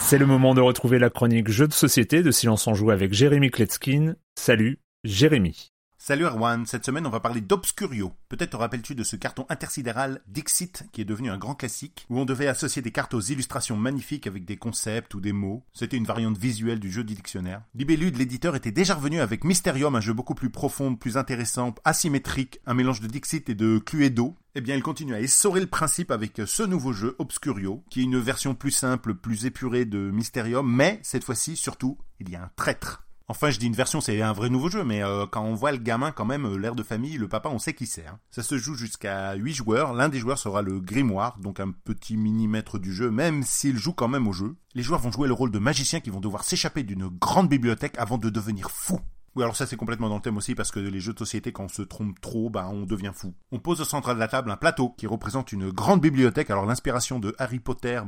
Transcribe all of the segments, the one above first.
C'est le moment de retrouver la chronique Jeux de société de Silence on Joue avec Jérémy Kletskin. Salut, Jérémy. Salut Erwan, cette semaine on va parler d'Obscurio. Peut-être te rappelles-tu de ce carton intersidéral Dixit qui est devenu un grand classique, où on devait associer des cartes aux illustrations magnifiques avec des concepts ou des mots. C'était une variante visuelle du jeu du dictionnaire. Libellude, l'éditeur, était déjà revenu avec Mysterium, un jeu beaucoup plus profond, plus intéressant, asymétrique, un mélange de Dixit et de Cluedo. Eh bien, il continue à essorer le principe avec ce nouveau jeu, Obscurio, qui est une version plus simple, plus épurée de Mysterium, mais cette fois-ci, surtout, il y a un traître. Enfin, je dis une version, c'est un vrai nouveau jeu, mais quand on voit le gamin, quand même, l'air de famille, le papa, on sait qui c'est. Hein. Ça se joue jusqu'à 8 joueurs. L'un des joueurs sera le grimoire, donc un petit mini-maître du jeu, même s'il joue quand même au jeu. Les joueurs vont jouer le rôle de magiciens qui vont devoir s'échapper d'une grande bibliothèque avant de devenir fous. Oui, alors ça c'est complètement dans le thème aussi parce que les jeux de société, quand on se trompe trop, on devient fou. On pose au centre de la table un plateau qui représente une grande bibliothèque. Alors l'inspiration de Harry Potter,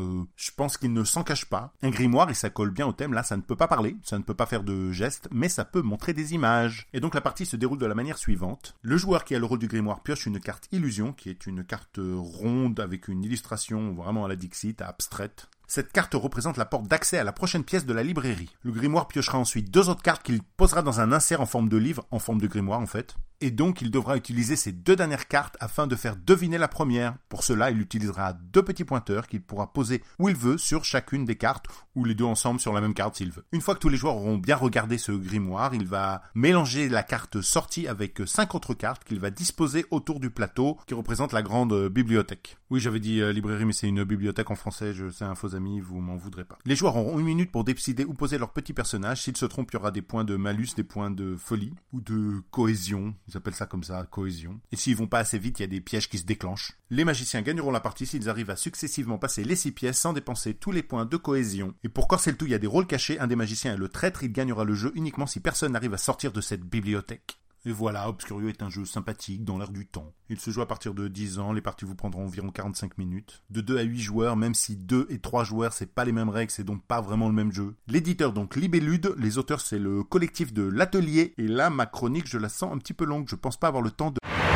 je pense qu'il ne s'en cache pas. Un grimoire, et ça colle bien au thème, là ça ne peut pas parler, ça ne peut pas faire de gestes, mais ça peut montrer des images. Et donc la partie se déroule de la manière suivante. Le joueur qui a le rôle du grimoire pioche une carte illusion, qui est une carte ronde avec une illustration vraiment à la Dixit, abstraite. Cette carte représente la porte d'accès à la prochaine pièce de la librairie. Le grimoire piochera ensuite 2 autres cartes qu'il posera dans un insert en forme de livre, en forme de grimoire en fait. Et donc il devra utiliser ces 2 dernières cartes afin de faire deviner la première. Pour cela, il utilisera 2 petits pointeurs qu'il pourra poser où il veut sur chacune des cartes, ou les 2 ensemble sur la même carte s'il veut. Une fois que tous les joueurs auront bien regardé ce grimoire, il va mélanger la carte sortie avec 5 autres cartes qu'il va disposer autour du plateau qui représente la grande bibliothèque. Oui, j'avais dit librairie, mais c'est une bibliothèque en français, c'est un faux ami, vous m'en voudrez pas. Les joueurs auront 1 minute pour décider où poser leur petit personnage. S'ils se trompent, il y aura des points de malus, des points de folie, ou de cohésion. Ils appellent ça comme ça, cohésion. Et s'ils vont pas assez vite, il y a des pièges qui se déclenchent. Les magiciens gagneront la partie s'ils arrivent à successivement passer les 6 pièces sans dépenser tous les points de cohésion. Et pour corser le tout, il y a des rôles cachés. Un des magiciens est le traître, il gagnera le jeu uniquement si personne n'arrive à sortir de cette bibliothèque. Et voilà, Obscurio est un jeu sympathique dans l'air du temps. Il se joue à partir de 10 ans, les parties vous prendront environ 45 minutes. De 2 à 8 joueurs, même si 2 et 3 joueurs, c'est pas les mêmes règles, c'est donc pas vraiment le même jeu. L'éditeur donc Libellude, les auteurs c'est le collectif de l'Atelier, et là ma chronique je la sens un petit peu longue, je pense pas avoir le temps de...